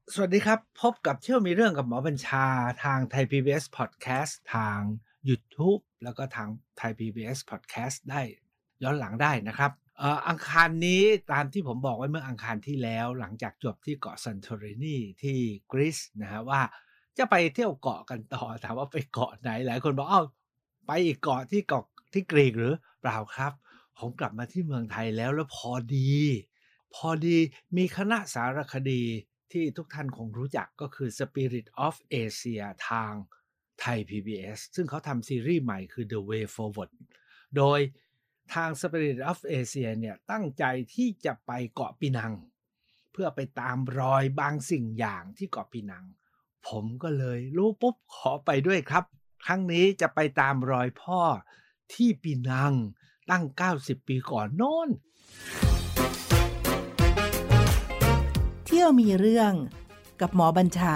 สวัสดีครับพบกับเที่ยวมีเรื่องกับหมอบัญชาทางไทย PBS Podcast ทางยูทูบแล้วก็ทางไทย PBS Podcast ได้ย้อนหลังได้นะครับอังคารนี้ตามที่ผมบอกไว้เมื่ออังคารที่แล้วหลังจากจบที่เกาะ Santorini ที่กรีซนะฮะว่าจะไปเที่ยวเกาะกันต่อถามว่าไปเกาะไหนหลายคนบอกอ้าวไปอีกเกาะที่เกาะที่กรีกหรือเปล่าครับผมกลับมาที่เมืองไทยแล้วพอดีมีคณะสารคดีที่ทุกท่านคงรู้จักก็คือ Spirit of Asia ทางไทย PBS ซึ่งเขาทำซีรีส์ใหม่คือ The Way Forward โดยทาง Spirit of Asia เนี่ยตั้งใจที่จะไปเกาะปีนังเพื่อไปตามรอยบางสิ่งอย่างที่เกาะปีนังผมก็เลยรู้ปุ๊บขอไปด้วยครับครั้งนี้จะไปตามรอยพ่อที่ปีนังตั้ง90 ปีก่อนโน้นเที่ยวมีเรื่องกับหมอบัญชา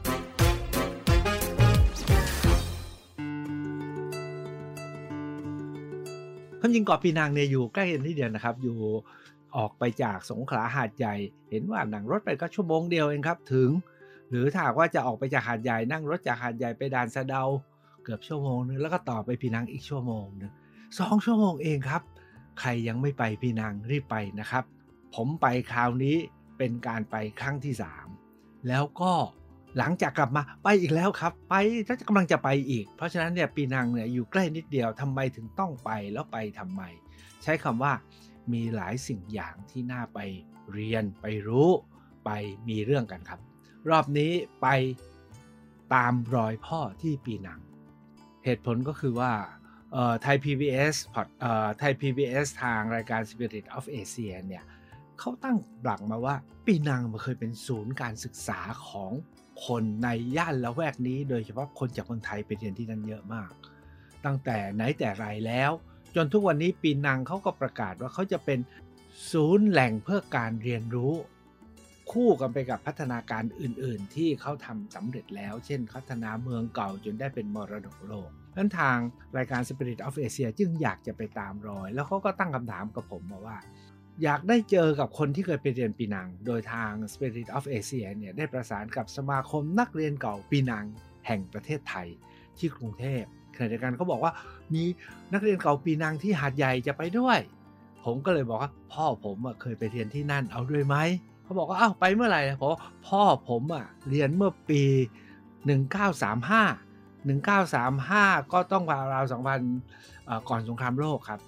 ความจริงเกาะปีนังเนี่ยอยู่ใกล้กันนิดเดียวนะครับอยู่ออกไปจากสงขลาหาดใหญ่เห็นว่านั่งรถไปก็ชั่วโมงเดียวเองครับถึงหรือถ้าหากว่าจะออกไปจากหาดใหญ่นั่งรถจากหาดใหญ่ไปด่านสะเดาเกือบชั่วโมงนึงแล้วก็ต่อไปปีนังอีกชั่วโมงนึง2 ชั่วโมงเองครับใครยังไม่ไปปีนังรีบไปนะครับผมไปคราวนี้เป็นการไปครั้งที่3แล้วก็หลังจากกลับมาไปอีกแล้วครับไปแล้วกำลังจะไปอีกเพราะฉะนั้นเนี่ยปีนังเนี่ยอยู่ใกล้นิดเดียวทำไมถึงต้องไปแล้วไปทำไมใช้คำว่ามีหลายสิ่งอย่างที่น่าไปเรียนไปรู้ไปมีเรื่องกันครับรอบนี้ไปตามรอยพ่อที่ปีนังเหตุผลก็คือว่าไทย PBS ไทย PBS ทางรายการ Spirit of Asia เนี่ยเขาตั้งหลักมาว่าปีนังมันเคยเป็นศูนย์การศึกษาของคนในย่านละแวกนี้โดยเฉพาะคนจากเมืองไทยไปเรียนที่นั่นเยอะมากตั้งแต่ไหนแต่ไรแล้วจนทุกวันนี้ปีนังเขาก็ประกาศว่าเขาจะเป็นศูนย์แหล่งเพื่อการเรียนรู้คู่กันไปกับพัฒนาการอื่นๆที่เขาทำสำเร็จแล้วเช่นพัฒนาเมืองเก่าจนได้เป็นมรดกโลกนั้นทางรายการ Spirit of Asia จึงอยากจะไปตามรอยแล้วเขาก็ตั้งคำถามกับผมมาว่าอยากได้เจอกับคนที่เคยไปเรียนปีนังโดยทาง Spirit of Asia เนี่ยได้ประสานกับสมาคมนักเรียนเก่าปีนังแห่งประเทศไทยที่กรุงเทพขณะเดียวกันเขาบอกว่ามีนักเรียนเก่าปีนังที่หาดใหญ่จะไปด้วยผมก็เลยบอกว่าพ่อผมเคยไปเรียนที่นั่นเอาด้วยไหมเขาบอกว่าอ้าวไปเมื่อไหร่เพราะพ่อผมเรียนเมื่อปี1935 1935ก็ต้องราวๆ2,000ก่อนสงครามโลกครับ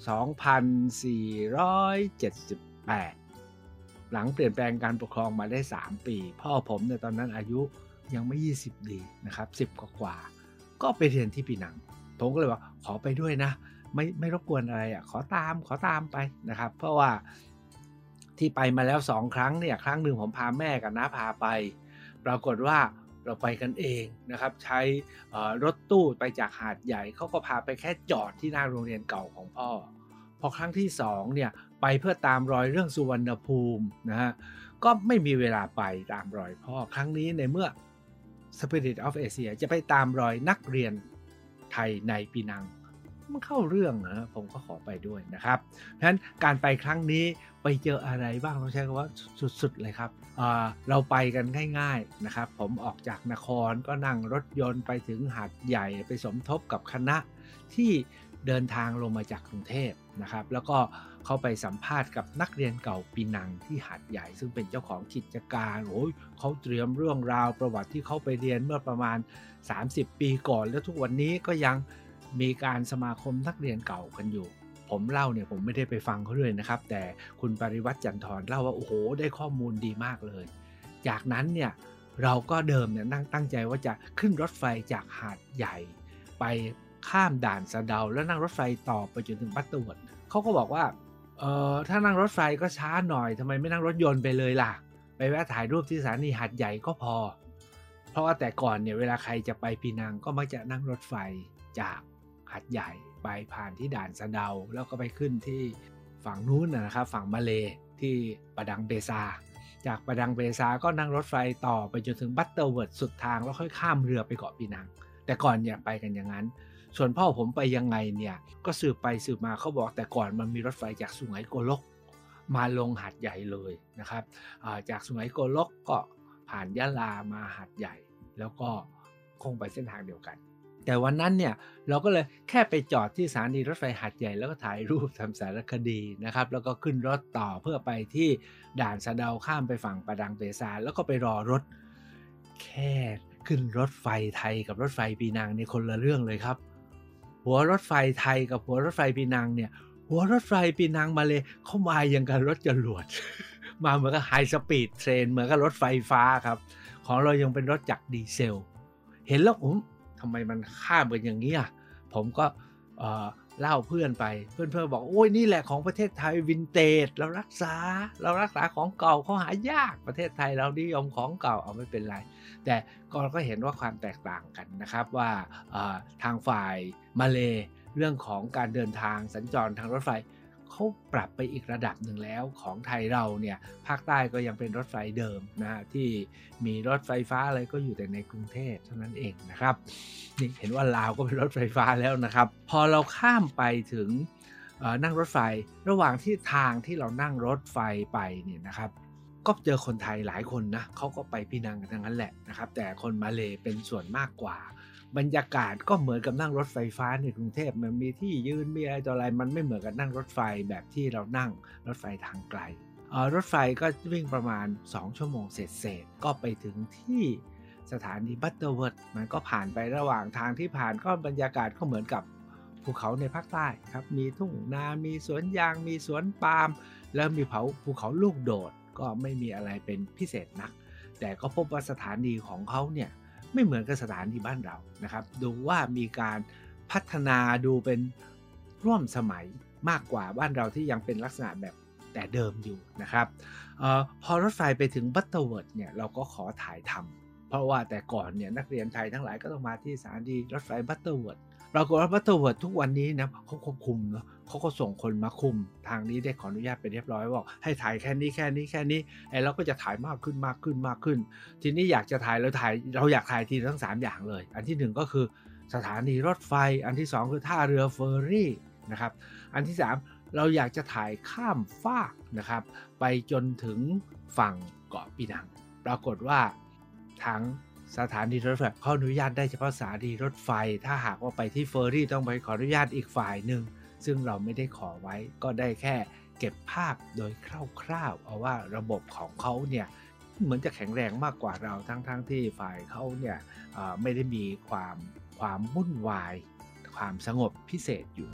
2478หลังเปลี่ยนแปลงการปกครองมาได้3ปีพ่อผมเนี่ยตอนนั้นอายุยังไม่20ดีนะครับ10กว่าก็ไปเรียนที่ปีนังผมก็เลยว่าขอไปด้วยนะไม่รบกวนอะไรขอตามไปนะครับเพราะว่าที่ไปมาแล้ว2ครั้งเนี่ยครั้งหนึ่งผมพาแม่กับน้าพาไปปรากฏว่าเราไปกันเองนะครับใช้รถตู้ไปจากหาดใหญ่เขาก็พาไปแค่จอดที่หน้าโรงเรียนเก่าของพ่อพอครั้งที่2เนี่ยไปเพื่อตามรอยเรื่องสุวรรณภูมินะฮะก็ไม่มีเวลาไปตามรอยพ่อครั้งนี้ในเมื่อ Spirit of Asia จะไปตามรอยนักเรียนไทยในปีนังมันเข้าเรื่องนะผมก็ขอไปด้วยนะครับเพราะฉะนั้นการไปครั้งนี้ไปเจออะไรบ้างต้องใช้คำว่าสุดๆเลยครับเราไปกันง่ายๆนะครับผมออกจากนครก็นั่งรถยนต์ไปถึงหาดใหญ่ไปสมทบกับคณะที่เดินทางลงมาจากกรุงเทพนะครับแล้วก็เข้าไปสัมภาษณ์กับนักเรียนเก่าปีนังที่หาดใหญ่ซึ่งเป็นเจ้าของกิจการโอ้ยเขาเตรียมเรื่องราวประวัติที่เขาไปเรียนเมื่อประมาณ30ปีก่อนแล้วทุกวันนี้ก็ยังมีการสมาคมนักเรียนเก่ากันอยู่ผมเล่าเนี่ยผมไม่ได้ไปฟังเขาเลยนะครับแต่คุณปริวัติจันทร์เล่าว่าโอ้โหได้ข้อมูลดีมากเลยจากนั้นเนี่ยเราก็เดิมเนี่ยตั้งใจว่าจะขึ้นรถไฟจากหาดใหญ่ไปข้ามด่านสะเดาแล้วนั่งรถไฟต่อไปจนถึงบัตเตอร์เวิร์ดเขาก็บอกว่าถ้านั่งรถไฟก็ช้าหน่อยทำไมไม่นั่งรถยนต์ไปเลยล่ะไปแวะถ่ายรูปที่สถานีหาดใหญ่ก็พอเพราะว่าแต่ก่อนเนี่ยเวลาใครจะไปปีนังก็มักจะนั่งรถไฟจากหาดใหญ่ไปผ่านที่ด่านสะเดาแล้วก็ไปขึ้นที่ฝั่งนู้นนะครับฝั่งมาเลที่ปะดังเบซาจากปะดังเบซาก็นั่งรถไฟต่อไปจนถึงบัตเตอร์เวิร์ดสุดทางแล้วค่อยข้ามเรือไปเกาะปีนังแต่ก่อนเนี่ยไปกันอย่างนั้นส่วนพ่อผมไปยังไงเนี่ยก็สืบไปสืบมาเขาบอกแต่ก่อนมันมีรถไฟจากสุไหงโกลกมาลงหาดใหญ่เลยนะครับจากสุไหงโกลกก็ผ่านยะลามาหาดใหญ่แล้วก็คงไปเส้นทางเดียวกันแต่วันนั้นเนี่ยเราก็เลยแค่ไปจอดที่สถานีรถไฟหาดใหญ่แล้วก็ถ่ายรูปทำสารคดีนะครับแล้วก็ขึ้นรถต่อเพื่อไปที่ด่านสะเดาข้ามไปฝั่งปะดังเบซาแล้วก็ไปรอรถแค่ขึ้นรถไฟไทยกับรถไฟปีนังนี่คนละเรื่องเลยครับหัวรถไฟไทยกับหัวรถไฟปีนังเนี่ยหัวรถไฟปีนังมาเลยเข้ามาอย่างกับรถจรวด มาเหมือนกับไฮสปีดเทรนเหมือนกับรถไฟฟ้าครับของเรายังเป็นรถจักรดีเซลเห็นแล้วทำไมมันข้ามกันอย่างนี้อ่ะผมก็เล่าเพื่อนไปเพื่อนบอกโอ้ยนี่แหละของประเทศไทยวินเทจเรารักษาของเก่าเขาหายากประเทศไทยเรานิยมของเก่าเอาไม่เป็นไรแต่ก็เห็นว่าความแตกต่างกันนะครับว่าทางฝ่ายมาเลเรื่องของการเดินทางสัญจรทางรถไฟเขาปรับไปอีกระดับหนึ่งแล้วของไทยเราเนี่ยภาคใต้ก็ยังเป็นรถไฟเดิมนะที่มีรถไฟฟ้าอะไรก็อยู่แต่ในกรุงเทพเท่านั้นเองนะครับนี่เห็นว่าลาวก็เป็นรถไฟฟ้าแล้วนะครับพอเราข้ามไปถึงนั่งรถไฟระหว่างที่ทางที่เรานั่งรถไฟไปเนี่ยนะครับก็เจอคนไทยหลายคนนะเขาก็ไปปีนังกันทั้งนั้นแหละนะครับแต่คนมาเลเป็นส่วนมากกว่าบรรยากาศก็เหมือนกับนั่งรถไฟฟ้าในกรุงเทพมันมีที่ยืนมีอะไรต่ออะไรมันไม่เหมือนกับนั่งรถไฟแบบที่เรานั่งรถไฟทางไกลรถไฟก็วิ่งประมาณ2ชั่วโมงเศษก็ไปถึงที่สถานีบัตเตอร์เวิร์ธมันก็ผ่านไประหว่างทางที่ผ่านก็บรรยากาศก็เหมือนกับภูเขาในภาคใต้ครับมีทุ่งนามีสวนยางมีสวนปาล์มแล้วมีภูเขาลูกโดดก็ไม่มีอะไรเป็นพิเศษนักแต่ก็พบว่าสถานีของเขาเนี่ยไม่เหมือนกับสถานีบ้านเรานะครับดูว่ามีการพัฒนาดูเป็นร่วมสมัยมากกว่าบ้านเราที่ยังเป็นลักษณะแบบแต่เดิมอยู่นะครับพอรถไฟไปถึงบัตเตอร์เวิร์ธเนี่ยเราก็ขอถ่ายทำเพราะว่าแต่ก่อนเนี่ยนักเรียนไทยทั้งหลายก็ต้องมาที่สถานีรถไฟบัตเตอร์เวิร์ธปรากฏว่าบัตเตอร์เวิร์ธทุกวันนี้นะเขาควบคุมเนาะเขาก็ส่งคนมาคุมทางนี้ได้ขออนุญาตไปเรียบร้อยบอกให้ถ่ายแค่นี้ไอ้เราก็จะถ่ายมากขึ้นทีนี้อยากจะถ่ายเราอยากถ่ายทีทั้ง3อย่างเลยอันที่1ก็คือสถานีรถไฟอันที่2คือท่าเรือเฟอร์รี่นะครับอันที่3เราอยากจะถ่ายข้ามฟากนะครับไปจนถึงฝั่งเกาะปีนังปรากฏว่าทั้งสถานีรถไฟขออนุญาตได้เฉพาะสถานีรถไฟถ้าหากว่าไปที่เฟอร์รี่ต้องไปขออนุญาตอีกฝ่ายหนึ่งซึ่งเราไม่ได้ขอไว้ก็ได้แค่เก็บภาพโดยคร่าวๆเอาว่าระบบของเขาเนี่ยเหมือนจะแข็งแรงมากกว่าเราทั้งที่ฝ่ายเขาเนี่ยไม่ได้มีความวุ่นวายความสงบพิเศษอยู่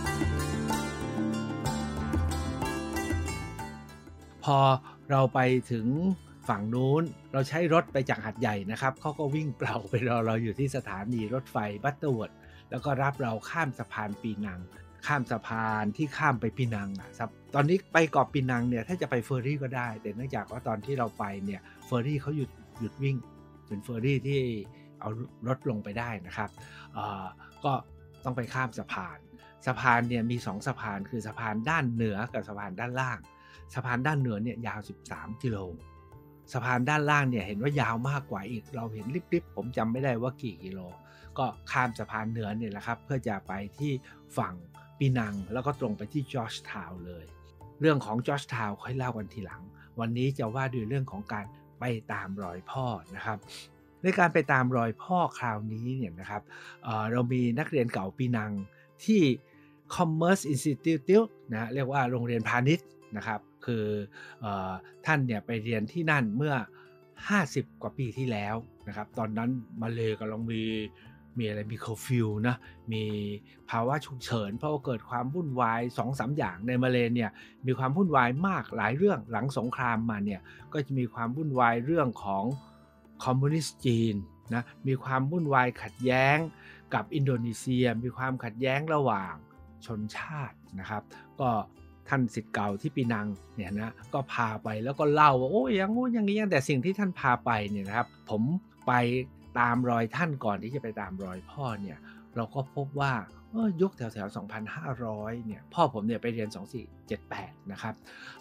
พอเราไปถึงฝั่งนู้นเราใช้รถไปจากหาดใหญ่นะครับเขาก็วิ่งเปล่าไปรอเราอยู่ที่สถานีรถไฟบัตเตอร์เวิร์ธแล้วก็รับเราข้ามสะพานปีนังข้ามสะพานที่ข้ามไปปีนังครับตอนนี้ไปเกาะปีนังเนี่ยถ้าจะไปเฟอร์รี่ก็ได้แต่เนื่องจากว่าตอนที่เราไปเนี่ยเฟอร์รี่เขาหยุดวิ่งเป็นเฟอร์รี่ที่เอารถลงไปได้นะครับก็ต้องไปข้ามสะพานเนี่ยมี2สะพานคือสะพานด้านเหนือกับสะพานด้านล่างสะพานด้านเหนือเนี่ยยาว13กิโลสะพานด้านล่างเนี่ยเห็นว่ายาวมากกว่าอีกเราเห็นลิบๆผมจำไม่ได้ว่ากี่กิโลก็ข้ามสะพานเหนือเนี่ยแหละครับเพื่อจะไปที่ฝั่งปีนังแล้วก็ตรงไปที่จอร์จทาวน์เลยเรื่องของจอร์จทาวน์ค่อยเล่ากันทีหลังวันนี้จะว่าด้วยเรื่องของการไปตามรอยพ่อนะครับในการไปตามรอยพ่อคราวนี้เนี่ยนะครับเรามีนักเรียนเก่าปีนังที่ Commerce Institute นะเรียกว่าโรงเรียนพาณิชย์นะครับคือท่านเนี่ยไปเรียนที่นั่นเมื่อ50กว่าปีที่แล้วนะครับตอนนั้นมาเลกำลังมีอะไรมีเคอร์ฟิวนะมีภาวะฉุกเฉินเพราะว่าเกิดความวุ่นวาย 2-3 อย่างในมาเลเนี่ยมีความวุ่นวายมากหลายเรื่องหลังสงครามมาเนี่ยก็จะมีความวุ่นวายเรื่องของคอมมิวนิสต์จีนนะมีความวุ่นวายขัดแย้งกับอินโดนีเซียมีความขัดแย้งระหว่างชนชาตินะครับก็ท่านศิษย์เก่าที่ปีนังเนี่ยนะก็พาไปแล้วก็เล่าว่าโอ้ยอย่างงู้นอย่างนี้แต่สิ่งที่ท่านพาไปเนี่ยนะครับผมไปตามรอยท่านก่อนที่จะไปตามรอยพ่อเนี่ยเราก็พบว่ายุคแถว2500เนี่ยพ่อผมเนี่ยไปเรียน2478นะครับ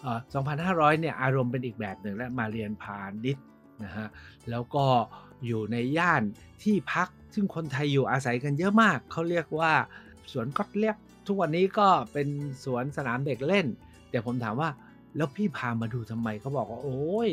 2500เนี่ยอารมณ์เป็นอีกแบบหนึ่งและมาเรียนพาณิชย์นะฮะแล้วก็อยู่ในย่านที่พักซึ่งคนไทยอยู่อาศัยกันเยอะมากเขาเรียกว่าสวนก็เรียกทุกวันนี้ก็เป็นสวนสนามเด็กเล่นแต่ผมถามว่าแล้วพี่พามาดูทำไมเขาบอกว่าโอ้ย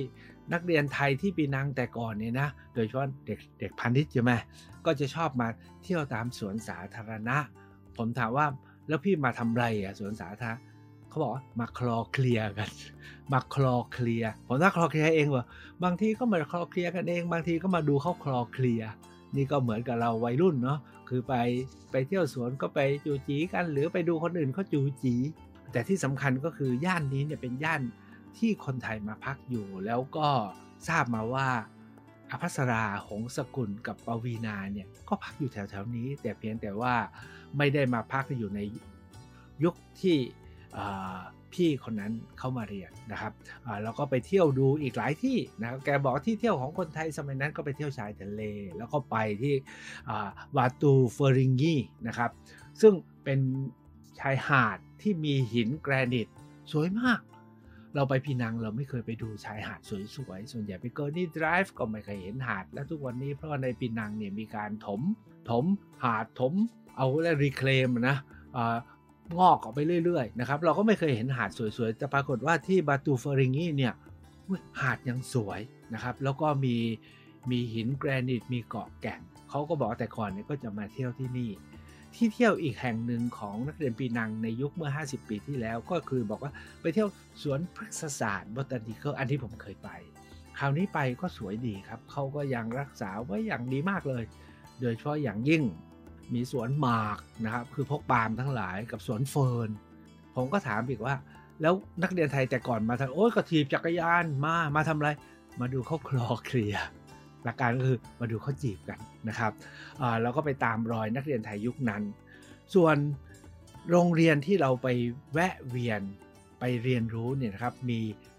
นักเรียนไทยที่ปีนังแต่ก่อนเนี่ยนะโดยเฉพาะเด็กพาณิชย์ใช่ไหมก็จะชอบมาเที่ยวตามสวนสาธารณะผมถามว่าแล้วพี่มาทำไรอ่ะสวนสาธารณะเขาบอกว่ามาคลอเคลียร์กันมาคลอเคลียร์ผมว่าคลอเคลียร์เองว่าบางทีก็มาคลอเคลียร์กันเองบางทีก็มาดูเขาคลอเคลียร์นี่ก็เหมือนกับเราวัยรุ่นเนาะคือไปเที่ยวสวนก็ไปจูจีกันหรือไปดูคนอื่นเขาจูจีแต่ที่สำคัญก็คือย่านนี้เนี่ยเป็นย่านที่คนไทยมาพักอยู่แล้วก็ทราบมาว่าอภัสราหงสกุลกับปวีณาเนี่ยก็พักอยู่แถวๆนี้แต่เพียงแต่ว่าไม่ได้มาพักอยู่ในยุคที่พี่คนนั้นเข้ามาเรียนนะครับแล้วก็ไปเที่ยวดูอีกหลายที่นะครับแกบอกที่เที่ยวของคนไทยสมัยนั้นก็ไปเที่ยวชายทะเลแล้วก็ไปที่วาตูเฟอริงกีนะครับซึ่งเป็นชายหาดที่มีหินแกรนิตสวยมากเราไปพีนังเราไม่เคยไปดูชายหาดสวยๆส่วนใหญ่ไปเกอร์นี่ไดรฟ์ก็ไม่เคยเห็นหาดและทุกวันนี้เพราะในพีนังเนี่ยมีการถมหาดถมเอาแล้วรีเคลมนะงอกออกไปเรื่อยๆนะครับเราก็ไม่เคยเห็นหาดสวยๆแต่ปรากฏว่าที่บาตูเฟอริงกีเนี่ยหาดยังสวยนะครับแล้วก็มีหินแกรนิตมีเกาะแก่งเขาก็บอกแต่ก่อนเนี่ยก็จะมาเที่ยวที่นี่ที่เที่ยวอีกแห่งหนึ่งของนักเรียนปีนังในยุคเมื่อ50ปีที่แล้วก็คือบอกว่าไปเที่ยวสวนพฤกษศาสตร์บอตานิคอลอันที่ผมเคยไปคราวนี้ไปก็สวยดีครับเขาก็ยังรักษาไว้อย่างดีมากเลยโดยเฉพาะอย่างยิ่งมีสวนหมากนะครับคือพวกปาล์มทั้งหลายกับสวนเฟิร์นผมก็ถามอีกว่าแล้วนักเรียนไทยแต่ก่อนมาทำโอ้ยก็ถีบจักรยานมาทำอะไรมาดูเขาคลอเคลียร์หลักการก็คือมาดูเขาจีบกันนะครับแล้วก็ไปตามรอยนักเรียนไทยยุคนั้นส่วนโรงเรียนที่เราไปแวะเวียนไปเรียนรู้เนี่ยนะครับมี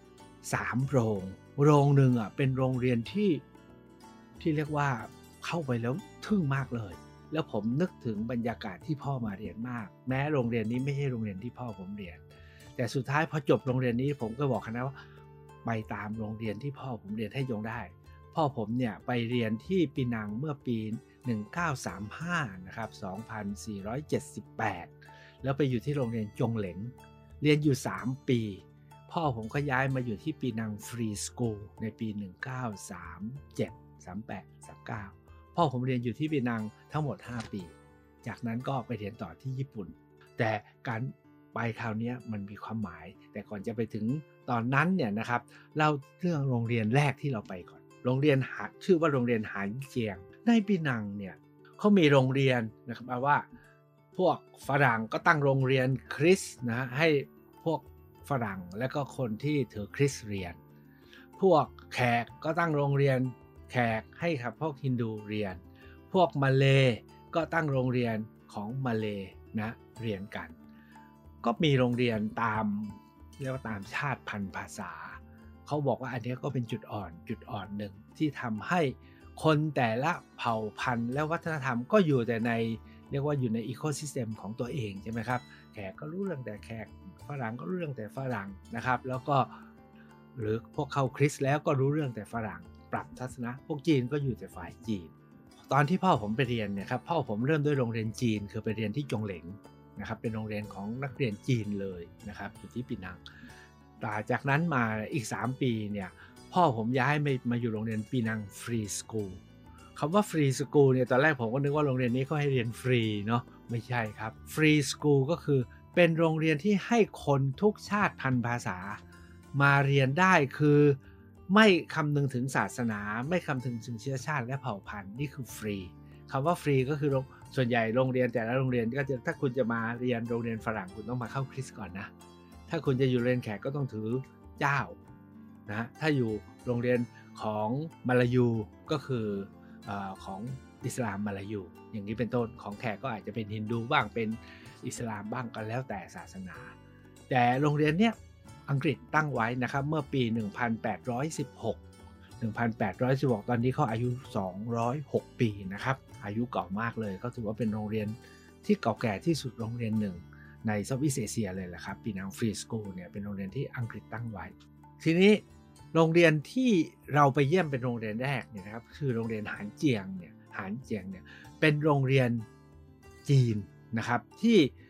3โรงหนึ่งเป็นโรงเรียนที่เรียกว่าเข้าไปแล้วทึ่งมากเลยแล้วผมนึกถึงบรรยากาศที่พ่อมาเรียนมากแม้โรงเรียนนี้ไม่ใช่โรงเรียนที่พ่อผมเรียนแต่สุดท้ายพอจบโรงเรียนนี้ผมก็บอกคณะว่าไปตามโรงเรียนที่พ่อผมเรียนให้ยงได้พ่อผมเนี่ยไปเรียนที่ปีนังเมื่อปี1935นะครับ2478แล้วไปอยู่ที่โรงเรียนจงเหลงเรียนอยู่3ปีพ่อผมก็ย้ายมาอยู่ที่ปีนังฟรีสคูลในปี1937 38 39พ่อผมเรียนอยู่ที่ปีนังทั้งหมด5ปีจากนั้นก็ไปเรียนต่อที่ญี่ปุ่นแต่การไปคราวนี้มันมีความหมายแต่ก่อนจะไปถึงตอนนั้นเนี่ยนะครับเล่าเรื่องโรงเรียนแรกที่เราไปก่อนโรงเรียนชื่อว่าโรงเรียนหานเจียงในปีนังเนี่ยเขามีโรงเรียนนะครับแปลว่าพวกฝรั่งก็ตั้งโรงเรียนคริสต์นะให้พวกฝรั่งและก็คนที่ถือคริสต์เรียนพวกแขกก็ตั้งโรงเรียนแขกให้กับพวกฮินดูเรียนพวกมาเลก็ตั้งโรงเรียนของมาเลนะเรียนกันก็มีโรงเรียนตามเรียกว่าตามชาติพันธุ์ภาษาเขาบอกว่าอันนี้ก็เป็นจุดอ่อนหนึ่งที่ทำให้คนแต่ละเผ่าพันธุ์และวัฒนธรรมก็อยู่แต่ในเรียกว่าอยู่ในอีโคซิสเต็มของตัวเองใช่ไหมครับแขกก็รู้เรื่องแต่แขกฝรั่งก็รู้เรื่องแต่ฝรั่งนะครับแล้วก็หรือพวกเข้าคริสต์แล้วก็รู้เรื่องแต่ฝรั่งปรับทัศนะพวกจีนก็อยู่แต่ฝ่ายจีนตอนที่พ่อผมไปเรียนเนี่ยครับพ่อผมเริ่มด้วยโรงเรียนจีนคือไปเรียนที่จงเหลงนะครับเป็นโรงเรียนของนักเรียนจีนเลยนะครับอยู่ที่ปีนังต่อจากนั้นมาอีก3ปีเนี่ยพ่อผมย้ายมาอยู่โรงเรียนปีนังฟรีสคูลคำว่าฟรีสคูลเนี่ยตอนแรกผมก็นึกว่าโรงเรียนนี้เขาให้เรียนฟรีเนาะไม่ใช่ครับฟรีสคูลก็คือเป็นโรงเรียนที่ให้คนทุกชาติพันธุ์ภาษามาเรียนได้คือไม่คำนึงถึงศาสนาไม่คำนึงถึงเชื้อชาติและเผ่าพันธุ์นี่คือฟรีคำว่าฟรีก็คือส่วนใหญ่โรงเรียนแต่ละโรงเรียนก็จะถ้าคุณจะมาเรียนโรงเรียนฝรั่งคุณต้องมาเข้าคริสต์ก่อนนะถ้าคุณจะอยู่เรียนแขกก็ต้องถือเจ้านะถ้าอยู่โรงเรียนของมาลายูก็คือของอิสลามมาลายูอย่างนี้เป็นต้นของแขกก็อาจจะเป็นฮินดูบ้างเป็นอิสลามบ้างก็แล้วแต่ศาสนาแต่โรงเรียนเนี้ยอังกฤษตั้งไว้นะครับเมื่อปี1816ตอนนี้เขาอายุ206ปีนะครับอายุเก่ามากเลยก็ถือว่าเป็นโรงเรียนที่เก่าแก่ที่สุดโรงเรียนหนึ่งในเซาท์อีสต์เอเชียเลยแหละครับปีนังฟรีสคูลเนี่ยเป็นโรงเรียนที่อังกฤษตั้งไว้ทีนี้โรงเรียนที่เราไปเยี่ยมเป็นโรงเรียนแรกเนี่ยนะครับคือโรงเรียนหานเจียงเนี่ยเป็นโรงเรียนจีนนะครับที่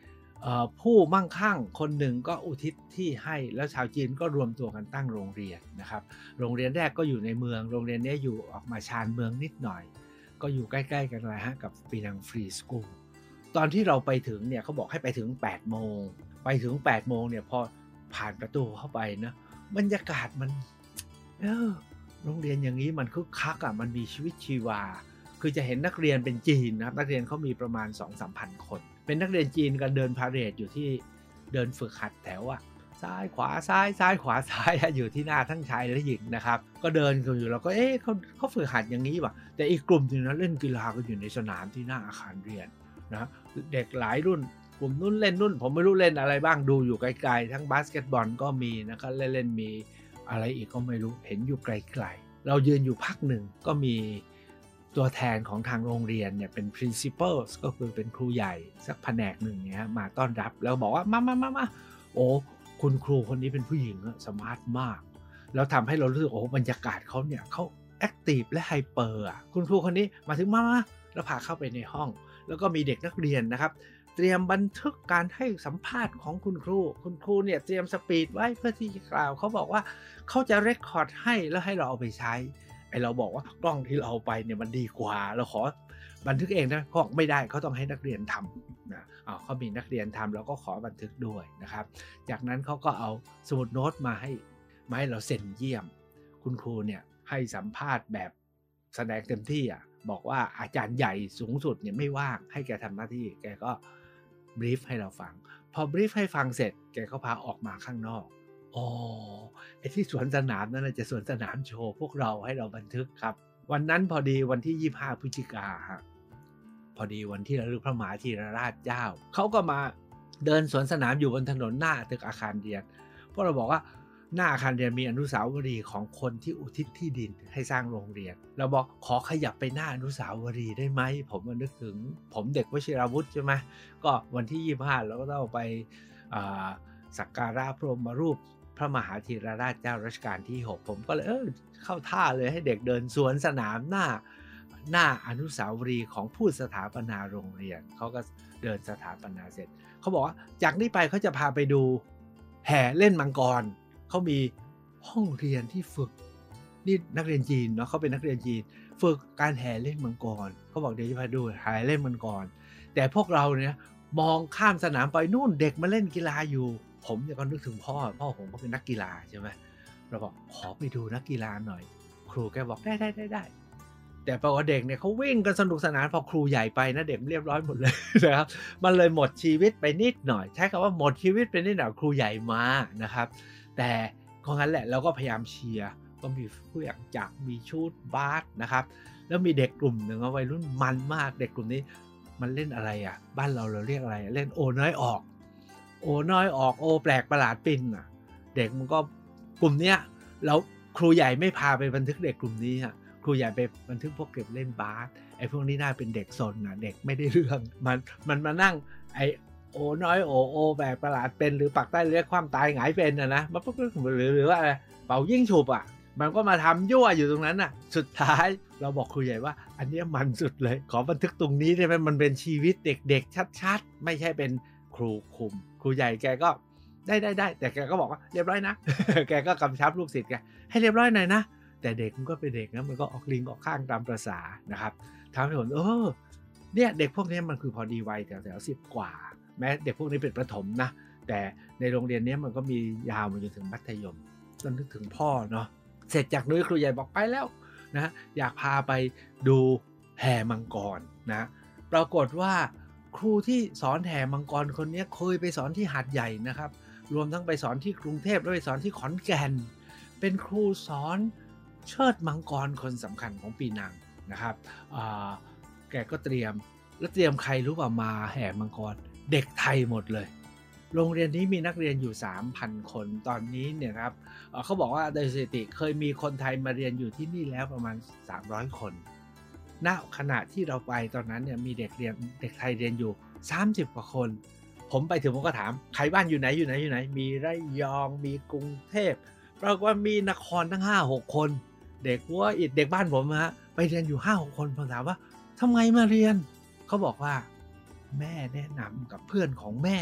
ผู้มั่งคั่งคนหนึ่งก็อุทิศที่ให้แล้วชาวจีนก็รวมตัวกันตั้งโรงเรียนนะครับโรงเรียนแรกก็อยู่ในเมืองโรงเรียนนี้อยู่ออกมาชานเมืองนิดหน่อยก็อยู่ใกล้ๆกันเลยฮะกับปีนังฟรีสคูลตอนที่เราไปถึงเนี่ยเขาบอกให้ไปถึง8โมงไปถึง8โมงเนี่ยพอผ่านประตูเข้าไปนะบรรยากาศมันโรงเรียนอย่างนี้มันคึกคักอ่ะมันมีชีวิตชีวาคือจะเห็นนักเรียนเป็นจีนนะครับนักเรียนเขามีประมาณ 2-3 พันคนเป็นนักเรียนจีนกันเดินพาเหรดอยู่ที่เดินฝึกหัดแถวอ่ะซ้ายขวาซ้ายซ้ายขวาซ้ายอยู่ที่หน้าทั้งชายและหญิงนะครับก็เดินกันอยู่เราก็เขาฝึกหัดอย่างนี้ป่ะแต่อีกกลุ่มนึงนะเล่นกีฬากันอยู่ในสนามที่หน้าอาคารเรียนนะเด็กหลายรุ่นกลุ่มนู้นเล่นนู่นผมไม่รู้เล่นอะไรบ้างดูอยู่ไกลๆทั้งบาสเกตบอลก็มีนะครับเล่นมีอะไรอีกก็ไม่รู้เห็นอยู่ไกลๆเรายืนอยู่พักหนึ่งก็มีตัวแทนของทางโรงเรียนเนี่ยเป็น principal ก็คือเป็นครูใหญ่สักแผนกหนึ่งเนี่ยมาต้อนรับแล้วบอกว่ามาโอ้คุณครูคนนี้เป็นผู้หญิงสมาร์ทมากแล้วทำให้เรารู้สึกโอ้บรรยากาศเขาเนี่ยเขาแอคทีฟและไฮเปอร์คุณครูคนนี้มาถึงมาแล้วพาเข้าไปในห้องแล้วก็มีเด็กนักเรียนนะครับเตรียมบันทึกการให้สัมภาษณ์ของคุณครูเนี่ยเตรียมสปีดไว้เพื่อที่จะกล่าวเขาบอกว่าเขาจะเรคคอร์ดให้แล้วให้เราเอาไปใช้เราบอกว่ากล้องที่เราเอาไปเนี่ยมันดีกว่าเราขอบันทึกเองนะเขาบอกไม่ได้เขาต้องให้นักเรียนทำนะเขามีนักเรียนทำแล้วก็ขอบันทึกด้วยนะครับจากนั้นเขาก็เอาสมุดโน้ตมาให้เราเซ็นเยี่ยมคุณครูเนี่ยให้สัมภาษณ์แบบแสดงเต็มที่บอกว่าอาจารย์ใหญ่สูงสุดเนี่ยไม่ว่างให้แกทำหน้าที่แกก็บรีฟให้เราฟังพอบรีฟให้ฟังเสร็จแกก็พาออกมาข้างนอกไอ้ที่สวนสนามนั่นจะสวนสนามโชว์พวกเราให้เราบันทึกครับวันนั้นพอดีวันที่25พฤศจิกายนพอดีวันที่ระลึกพระมหาธีรราชเจ้าเขาก็มาเดินสวนสนามอยู่บนถนนหน้าตึกอาคารเรียนพวกเราบอกว่าหน้าอาคารเรียนมีอนุสาวรีย์ของคนที่อุทิศที่ดินให้สร้างโรงเรียนเราบอกขอขยับไปหน้าอนุสาวรีย์ได้ไหมผมนึกถึงผมเด็กวชิราวุธใช่ไหมก็วันที่25เราก็ต้องไปสักการะพระบรมรูปพระมหาธีรราชเจ้ารัชกาลที่6ผมก็เลยเข้าท่าเลยให้เด็กเดินสวนสนามหน้าอนุสาวรีย์ของผู้สถาปนาโรงเรียนเขาก็เดินสถาปนาเสร็จเขาบอกว่าจากนี้ไปเขาจะพาไปดูแห่เล่นมังกรเขามีห้องเรียนที่ฝึกนี่นักเรียนจีนเนาะเขาเป็นนักเรียนจีนฝึกการแห่เล่นมังกรเขาบอกเดี๋ยวจะพาดูแห่เล่นมังกรแต่พวกเราเนี่ยมองข้ามสนามไปนู่นเด็กมาเล่นกีฬาอยู่ผมเนี่ยก็นึกถึงพ่อผมก็เป็นนักกีฬาใช่ไหมเราบอกขอไปดูนักกีฬาหน่อยครูแกบอกได้แต่ปรากฏเด็กเนี่ยเขาวิ่งกันสนุกสนานพอครูใหญ่ไปนะเด็กเรียบร้อยหมดเลยนะครับมันเลยหมดชีวิตไปนิดหน่อยใช้คำว่าหมดชีวิตไปนิดหน่อยครูใหญ่มานะครับแต่ก็งั้นแหละเราก็พยายามเชียร์ก็มีผู้อยากจักมีชูตบาสนะครับแล้วมีเด็กกลุ่มหนึ่งวัยรุ่นมันมากเด็กกลุ่มนี้มันเล่นอะไรบ้านเราเรียกอะไรเล่นโอน้อยออกโอแปลกประหลาดปินเด็กมันก็กลุ่มเนี้ยแล้วครูใหญ่ไม่พาไปบันทึกเด็กกลุ่มนี้ครูใหญ่ไปบันทึกพวกเก็บเล่นบาสไอ้พวกนี้น่าเป็นเด็กซนเด็กไม่ได้เรื่องมันมานั่งไอโอน้อยโอแปลกประหลาดเป็นหรือปักใต้เรียกความตายหงายเป็นนะมันหรือว่าอะไรเป่ายิ่งฉุบมันก็มาทำยั่วอยู่ตรงนั้นสุดท้ายเราบอกครูใหญ่ว่าอันนี้มันสุดเลยขอบันทึกตรงนี้ได้ไหมมันเป็นชีวิตเด็กๆชัดๆไม่ใช่เป็นครูคุมครูใหญ่แกก็ได้แต่แกก็บอกว่าเรียบร้อยนะ แกก็กำชับลูกศิษย์แกให้เรียบร้อยหน่อยนะแต่เด็กมันก็เป็นเด็กนะมันก็ออกลิงออกข้างตามประสานะครับทำให้ผมเนี่ยเด็กพวกนี้มันคือพอดีวัยแถว10 กว่าแม้เด็กพวกนี้เป็นประถมนะแต่ในโรงเรียนนี้มันก็มียาวมาจนถึงมัธยมจนนึกถึงพ่อเนาะเสร็จจากนู้นครูใหญ่บอกไปแล้วนะอยากพาไปดูแห่มังกรนะปรากฏว่าครูที่สอนแห่มังกรคนนี้เคยไปสอนที่หาดใหญ่นะครับรวมทั้งไปสอนที่กรุงเทพและไปสอนที่ขอนแก่นเป็นครูสอนเชิดมังกรคนสำคัญของปีนังนะครับแกก็เตรียมใครรู้ป่ามาแห่มังกรเด็กไทยหมดเลยโรงเรียนนี้มีนักเรียนอยู่ 3,000 คนตอนนี้เนี่ยครับเขาบอกว่าโดยสถิติเคยมีคนไทยมาเรียนอยู่ที่นี่แล้วประมาณ300 คนณขณะที่เราไปตอนนั้นเนี่ยมีเด็กไทยเรียนอยู่30 กว่าคนผมไปถึงผมก็ถามใครบ้านอยู่ไหนมีระยองมีกรุงเทพปรากฏว่ามีนครทั้ง 5-6 คนเด็กว่าเด็กบ้านผมไปเรียนอยู่ 5-6 คนผมถามว่าทำไมมาเรียนเขาบอกว่าแม่แนะนำกับเพื่อนของแม่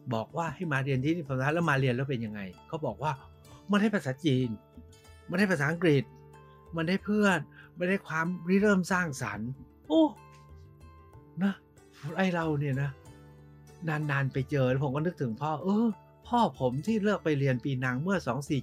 บอกว่าให้มาเรียนที่นี่ผมถามแล้วมาเรียนแล้วเป็นยังไงเขาบอกว่ามันได้ภาษาจีนมันได้ภาษาอังกฤษมันได้เพื่อนมันได้ความริเริ่มสร้างสรรค์โอ้นะไอเราเนี่ยนะนานๆไปเจอแล้วผมก็นึกถึงพ่อผมที่เลือกไปเรียนปีนังเมื่อ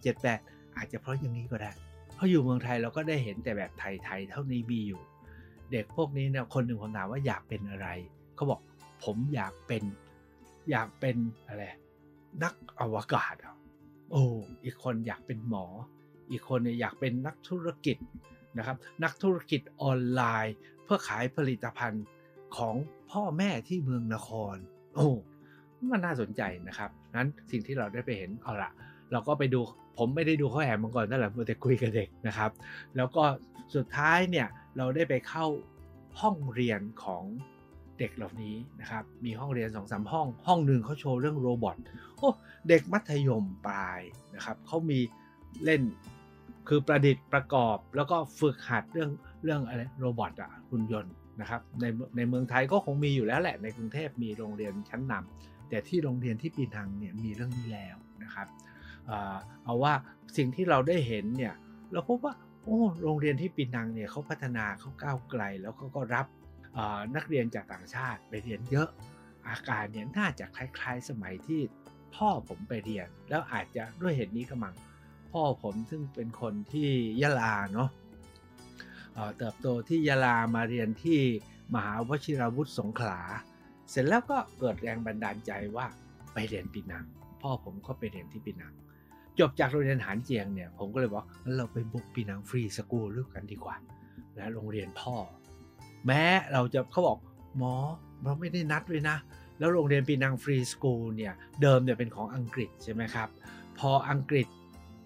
2478อาจจะเพราะอย่างนี้ก็ได้เพราะอยู่เมืองไทยเราก็ได้เห็นแต่แบบไทยๆเท่านี้มีอยู่เด็กพวกนี้เนี่ยคนหนึ่งผมถามว่าอยากเป็นอะไรเขาบอกผมอยากเป็นอะไรนักอวกาศอีกคนอยากเป็นหมออีกคนเนี่ยอยากเป็นนักธุรกิจนะครับนักธุรกิจออนไลน์เพื่อขายผลิตภัณฑ์ของพ่อแม่ที่เมืองนครมันน่าสนใจนะครับนั้นสิ่งที่เราได้ไปเห็นเอาละเราก็ไปดูผมไม่ได้ดูข้อแหมมาก่อนนั่นแหละแต่คุยกับเด็กนะครับแล้วก็สุดท้ายเนี่ยเราได้ไปเข้าห้องเรียนของเด็กเหล่านี้นะครับมีห้องเรียน 2-3 ห้องนึงเขาโชว์เรื่องโรบอทเด็กมัธยมปลายนะครับเขามีเล่นคือประดิษฐ์ประกอบแล้วก็ฝึกหัดเรื่องอะไรโรบอทหุ่นยนต์นะครับในเมืองไทยก็คงมีอยู่แล้วแหละในกรุงเทพมีโรงเรียนชั้นนำแต่ที่โรงเรียนที่ปีนังเนี่ยมีเรื่องนี้แล้วนะครับเอาว่าสิ่งที่เราได้เห็นเนี่ยเราพบว่าโรงเรียนที่ปีนังเนี่ยเขาพัฒนาเขาก้าวไกลแล้วเขาก็รับนักเรียนจากต่างชาติไปเรียนเยอะอาการเนี่ยน่าจะคล้ายๆสมัยที่พ่อผมไปเรียนแล้วอาจจะด้วยเหตุนี้ก็มั้งพ่อผมซึ่งเป็นคนที่ยะลาเนาะเติบโตที่ยะลามาเรียนที่มหาวชิรวุฒิสงขลาเสร็จแล้วก็เกิดแรงบันดาลใจว่าไปเรียนปีนังพ่อผมก็ไปเรียนที่ปีนังจบจากโรงเรียนหานเจียงเนี่ยผมก็เลยบอกงั้นเราไปบุกปีนังฟรีสกูลด้วยกันดีกว่าและโรงเรียนพ่อแม้เขาบอกหมอเราไม่ได้นัดเลยนะแล้วโรงเรียนปีนังฟรีสกูลเนี่ยเดิมเนี่ยเป็นของอังกฤษใช่ไหมครับพออังกฤษ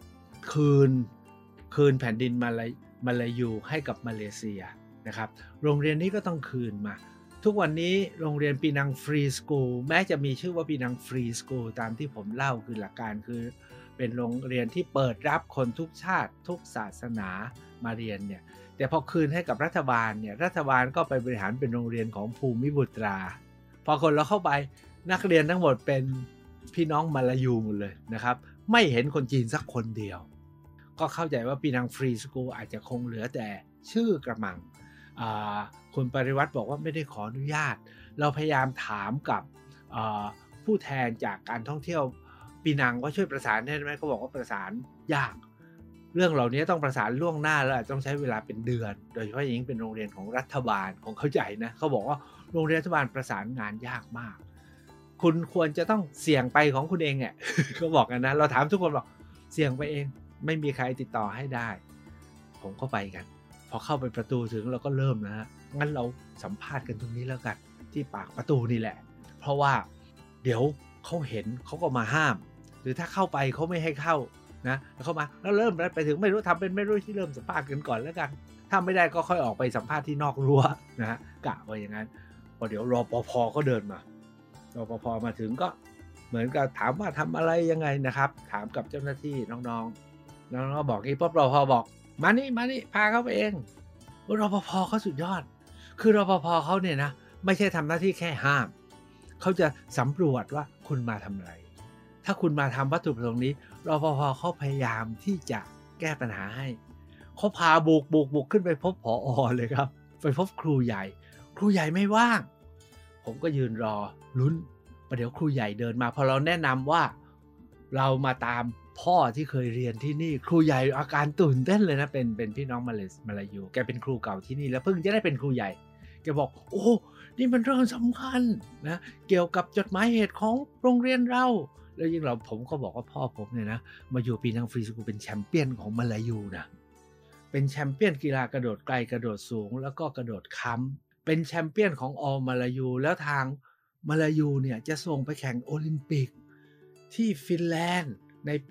คืนแผ่นดินมาลายูให้กับมาเลเซียนะครับโรงเรียนนี้ก็ต้องคืนมาทุกวันนี้โรงเรียนปีนังฟรีสกูลแม้จะมีชื่อว่าปีนังฟรีสกูลตามที่ผมเล่าคือหลักการคือเป็นโรงเรียนที่เปิดรับคนทุกชาติทุกศาสนามาเรียนเนี่ยแต่พอคืนให้กับรัฐบาลเนี่ยรัฐบาลก็ไปบริหารเป็นโรงเรียนของภูมิบุตราพอคนเราเข้าไปนักเรียนทั้งหมดเป็นพี่น้องมาลายูหมดเลยนะครับไม่เห็นคนจีนสักคนเดียวก็เข้าใจว่าปีนังฟรีสกูลอาจจะคงเหลือแต่ชื่อกระมังคุณปริวัติบอกว่าไม่ได้ขออนุญาตเราพยายามถามกับผู้แทนจากการท่องเที่ยวปีนังว่าช่วยประสานได้ไหมเขาบอกว่าประสานยากเรื่องเหล่านี้ต้องประสานล่วงหน้าแล้วต้องใช้เวลาเป็นเดือนโดยเฉพาะอย่างยิ่งเป็นโรงเรียนของรัฐบาลของเข้าใจนะเขาบอกว่าโรงเรียนรัฐบาลประสานงานยากมากคุณควรจะต้องเสี่ยงไปของคุณเองเนี่ย เขาบอกกันนะเราถามทุกคนบอกเสี่ยงไปเองไม่มีใครติดต่อให้ได้ผมก็ไปกันพอเข้าไปประตูถึงเราก็เริ่มนะฮะงั้นเราสัมภาษณ์กันตรงนี้แล้วกันที่ปากประตูนี่แหละเพราะว่าเดี๋ยวเขาเห็นเขาก็มาห้ามหรือถ้าเข้าไปเขาไม่ให้เข้านะแล้วเข้ามาแล้วเริ่มไปถึงไม่รู้ทำเป็นไม่รู้ที่เริ่มสัมภาษณ์กันก่อนแล้วกันถ้าไม่ได้ก็ค่อยออกไปสัมภาษณ์ที่นอกรั้วนะฮะกะไว้อย่างนั้นพอเดี๋ยวรปภ.ก็เดินมารปภ.มาถึงก็เหมือนกับถามว่าทำอะไรยังไงนะครับถามกับเจ้าหน้าที่น้องๆบอกนี่รปภ.บอกมานี่พาเขาไปเองรปภ.เขาสุดยอดคือรปภ.เขาเนี่ยนะไม่ใช่ทำหน้าที่แค่ห้ามเขาจะสำรวจว่าคุณมาทำอะไรถ้าคุณมาทำวัตถุประสงค์นี้รปภ.เขาพยายามที่จะแก้ปัญหาให้เขาพาบุกขึ้นไปพบผอ.เลยครับไปพบครูใหญ่ไม่ว่างผมก็ยืนรอลุ้นประเดี๋ยวครูใหญ่เดินมาพอเราแนะนำว่าเรามาตามพ่อที่เคยเรียนที่นี่ครูใหญ่อาการตื่นเต้นเลยนะเป็นพี่น้องมาลายูแกเป็นครูเก่าที่นี่แล้วเพิ่งจะได้เป็นครูใหญ่แกบอกโอ้นี่มันเรื่องสำคัญนะเกี่ยวกับจดหมายเหตุของโรงเรียนเราแล้วยิ่งผมก็บอกว่าพ่อผมเนี่ยนะมาอยู่ปีนังฟรีสกูลเป็นแชมเปี้ยนของมาลายูนะเป็นแชมเปี้ยนกีฬากระโดดไกลกระโดดสูงแล้วก็กระโดดค้ำเป็นแชมเปี้ยนของมาลายูแล้วทางมาลายูเนี่ยจะส่งไปแข่งโอลิมปิกที่ฟินแลนด์ในปี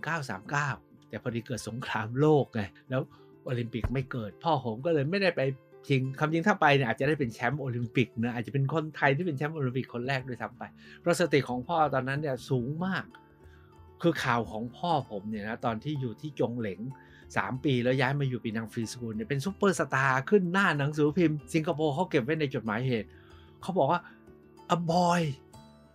1939 แต่พอดีเกิดสงครามโลกไงแล้วโอลิมปิกไม่เกิดพ่อผมก็เลยไม่ได้ไปจริงคำจริงถ้าไปเนี่ยอาจจะได้เป็นแชมป์โอลิมปิกนะอาจจะเป็นคนไทยที่เป็นแชมป์โอลิมปิกคนแรกด้วยซ้ำไปเพราะสถิติของพ่อตอนนั้นเนี่ยสูงมากคือข่าวของพ่อผมเนี่ยนะตอนที่อยู่ที่จงเหลง3 ปีแล้วย้ายมาอยู่ปีนังฟรีสกูลเนี่ยเป็นซุปเปอร์สตาร์ขึ้นหน้าหนังสือพิมพ์สิงคโปร์เขาเก็บไว้ในจดหมายเหตุเขาบอกว่า a boy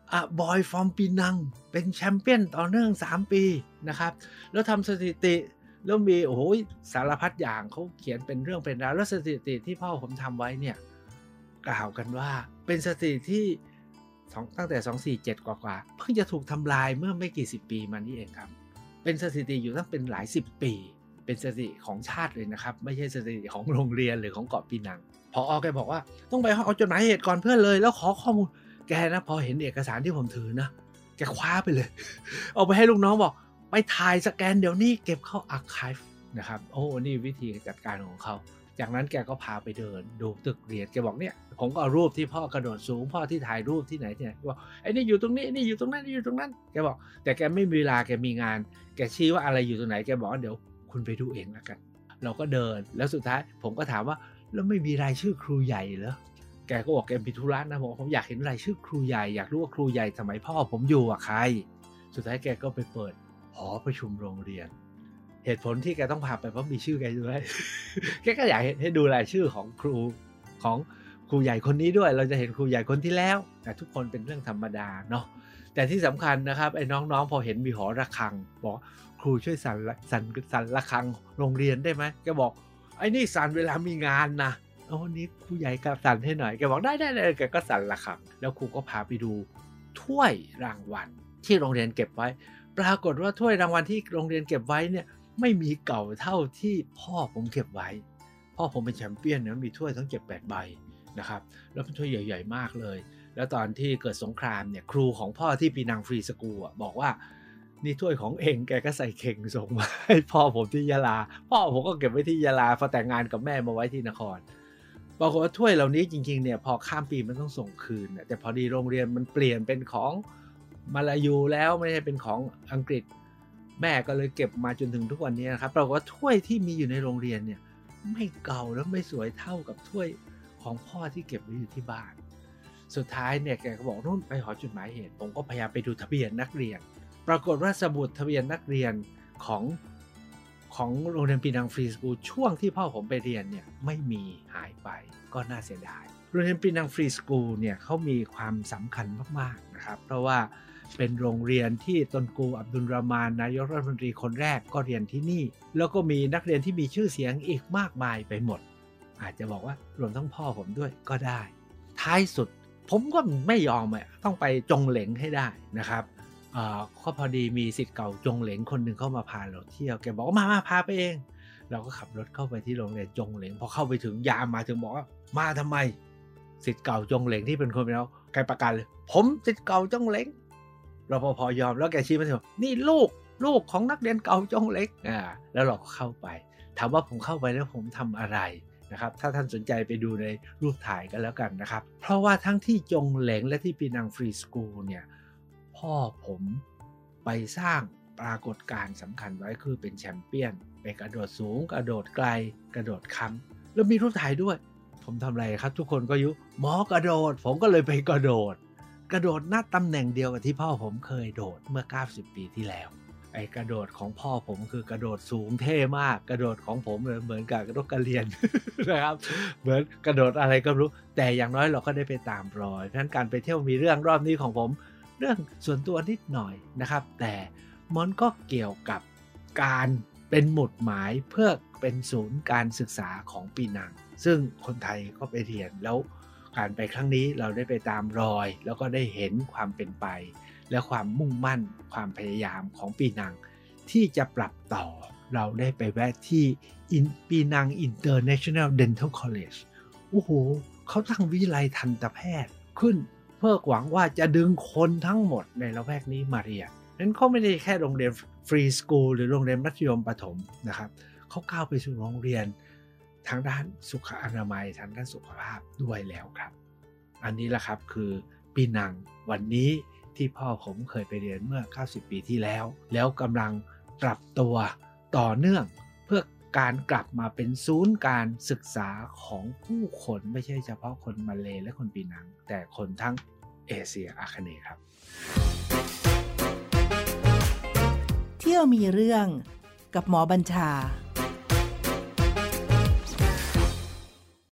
บอยฟอร์มปีนังเป็นแชมเปี้ยนต่อเนื่อง3ปีนะครับแล้วทำสถิติแล้วมีโอ้โหสารพัดอย่างเขาเขียนเป็นเรื่องเป็นราวแล้วสถิติที่พ่อผมทำไว้เนี่ยกล่าวกันว่าเป็นสถิติที่ตั้งแต่247กว่าเพิ่งจะถูกทำลายเมื่อไม่กี่10ปีมานี้เองครับเป็นสถิติอยู่ตั้งเป็นหลาย10ปีเป็นสถิติของชาติเลยนะครับไม่ใช่สถิติของโรงเรียนหรือของเกาะปีนังพอแกบอกว่าต้องไปเอาจดหมายเหตุก่อนเพื่อนเลยแล้วขอข้อมูลแกนะพอเห็นเอกสารที่ผมถือนะแกคว้าไปเลย เอาไปให้ลูกน้องบอกไปถ่ายสแกนเดี๋ยวนี้เก็บเข้าอาร์ไคฟ์นะครับโอ้นี่วิธีจัดการของเขาจากนั้นแกก็พาไปเดินดูตึกเรียนแกบอกเนี่ยผมก็เอารูปที่พ่อกระโดดสูงพ่อที่ถ่ายรูปที่ไหนบอกไอ้นี่อยู่ตรงนี้นี่อยู่ตรงนั้นนี่อยู่ตรงนั้นแกบอกแต่แกไม่มีเวลาแกมีงานแกชี้ว่าอะไรอยู่ตรงไหนแกบอกว่าเดี๋ยวคุณไปดูเองแล้วกันเราก็เดินแล้วสุดท้ายผมก็ถามว่าแล้วไม่มีรายชื่อครูใหญ่เหรอแกก็บอกแกมีธุระนะผมอยากเห็นรายชื่อครูใหญ่อยากรู้ว่าครูใหญ่สมัยพ่อผมอยู่ใครสุดท้ายแกก็ไปเปิดหอประชุมโรงเรียนเหตุผลที่แกต้องพาไปเพราะมีชื่อแกด้วย แกก็อยากให้ดูรายชื่อของครูใหญ่คนนี้ด้วยเราจะเห็นครูใหญ่คนที่แล้วแต่ทุกคนเป็นเรื่องธรรมดาเนาะแต่ที่สำคัญนะครับไอ้น้องๆพอเห็นมีหอระฆังบอกครูช่วยสั่นระฆังโรงเรียนได้ไหมแกบอกไอ้นี่สั่นเวลามีงานนะโอ้นี่ผู้ใหญ่ก็สั่นให้หน่อยแกบอกได้แกก็สั่นระฆังแล้วครูก็พาไปดูถ้วยรางวัลที่โรงเรียนเก็บไว้ปรากฏว่าถ้วยรางวัลที่โรงเรียนเก็บไว้เนี่ยไม่มีเก่าเท่าที่พ่อผมเก็บไว้พ่อผมเป็นแชมเปี้ยนนะมีถ้วยทั้ง7-8 ใบนะครับแล้วเป็นถ้วยใหญ่ๆมากเลยแล้วตอนที่เกิดสงครามเนี่ยครูของพ่อที่ปีนังฟรีสกูลบอกว่านี่ถ้วยของเองแกก็ใส่เข่งส่งมาให้พ่อผมที่ยะลาพ่อผมก็เก็บไว้ที่ยะลาพอแต่งงานกับแม่มาไว้ที่นครปรากฏว่าถ้วยเหล่านี้จริงๆเนี่ยพอข้ามปีมันต้องส่งคืนแต่พอดีโรงเรียนมันเปลี่ยนเป็นของมาลายูแล้วไม่ใช่เป็นของอังกฤษแม่ก็เลยเก็บมาจนถึงทุกวันนี้นะครับปรากฏว่าถ้วยที่มีอยู่ในโรงเรียนเนี่ยไม่เก่าแล้วไม่สวยเท่ากับถ้วยของพ่อที่เก็บไว้อยู่ที่บ้านสุดท้ายเนี่ยแกก็บอกนู่นไปหอจดหมายเหตุผมก็พยายามไปดูทะเบียนนักเรียนปรากฏว่าสมุดทะเบียนนักเรียนของโรงเรียนปีนังฟรีสกูลช่วงที่พ่อผมไปเรียนเนี่ยไม่มีหายไปก็น่าเสียดายโรงเรียนปีนังฟรีสกูลเนี่ยเขามีความสำคัญมากๆนะครับเพราะว่าเป็นโรงเรียนที่ตนกูอับดุลรามานนายกรัฐมนตรีคนแรกก็เรียนที่นี่แล้วก็มีนักเรียนที่มีชื่อเสียงอีกมากมายไปหมดอาจจะบอกว่ารวมทั้งพ่อผมด้วยก็ได้ท้ายสุดผมก็ไม่ยอมต้องไปจงเหลงให้ได้นะครับก็พอดีมีศิษย์เก่าจงเหลงคนหนึ่งเข้ามาพาเราเที่ยวแกบอกว่ามาพาไปเองเราก็ขับรถเข้าไปที่โรงเรียนจงเหลงพอเข้าไปถึงยามมาถึงบอกว่ามาทำไมศิษย์เก่าจงเหลงที่เป็นคนเป็นแกประกาศเลยผมศิษย์เก่าจงเหลงรปภยอมแล้วแกชี้มาถึงนี่ลูกของนักเรียนเก่าจงเหลงแล้วเราก็เข้าไปถามว่าผมเข้าไปแล้วผมทำอะไรนะครับถ้าท่านสนใจไปดูในรูปถ่ายกันแล้วกันนะครับเพราะว่าทั้งที่จงเหลงและที่ปีนังฟรีสกูลเนี่ยพ่อผมไปสร้างปรากฏการณ์สำคัญไว้คือเป็นแชมเปี้ยนไปกระโดดสูงกระโดดไกลกระโดดค้ำแล้วมีรูปถ่ายด้วยผมทำอะไรครับทุกคนก็ยุหมอกระโดดผมก็เลยไปกระโดดหน้าตำแหน่งเดียวกับที่พ่อผมเคยโดดเมื่อ90 ปีที่แล้วไอ้กระโดดของพ่อผมคือกระโดดสูงเท่มากกระโดดของผมเหมือนกับกระโดดกระเรียน นะครับเหมือนกระโดดอะไรก็ไม่รู้แต่อย่างน้อยเราก็ได้ไปตามรอยเพราะฉะนั้นการไปเที่ยวมีเรื่องรอบนี้ของผมเรื่องส่วนตัวนิดหน่อยนะครับแต่มันก็เกี่ยวกับการเป็นหมุดหมายเพื่อเป็นศูนย์การศึกษาของปีนังซึ่งคนไทยก็ไปเรียนแล้วการไปครั้งนี้เราได้ไปตามรอยแล้วก็ได้เห็นความเป็นไปและความมุ่งมั่นความพยายามของปีนังที่จะปรับต่อเราได้ไปแวะที่ปีนัง International Dental College โอ้โหเขาตั้งวิทยาลัยทันตแพทย์ขึ้นเพื่อหวังว่าจะดึงคนทั้งหมดในละแวกนี้มาเรียนนั้นเขาไม่ได้แค่โรงเรียนฟรีสกูลหรือโรงเรียนมัธยมประถมนะครับเขาก้าวไปสู่โรงเรียนทางด้านสุขอนามัยทางด้านสุขภาพด้วยแล้วครับอันนี้แหละครับคือปีนังวันนี้ที่พ่อผมเคยไปเรียนเมื่อ90 ปีที่แล้วกำลังปรับตัวต่อเนื่องเพื่อการกลับมาเป็นศูนย์การศึกษาของผู้คนไม่ใช่เฉพาะคนมาเลย์และคนปีนังแต่คนทั้งเอเชียอาคเนย์ครับเที่ยวมีเรื่องกับหมอบัญชา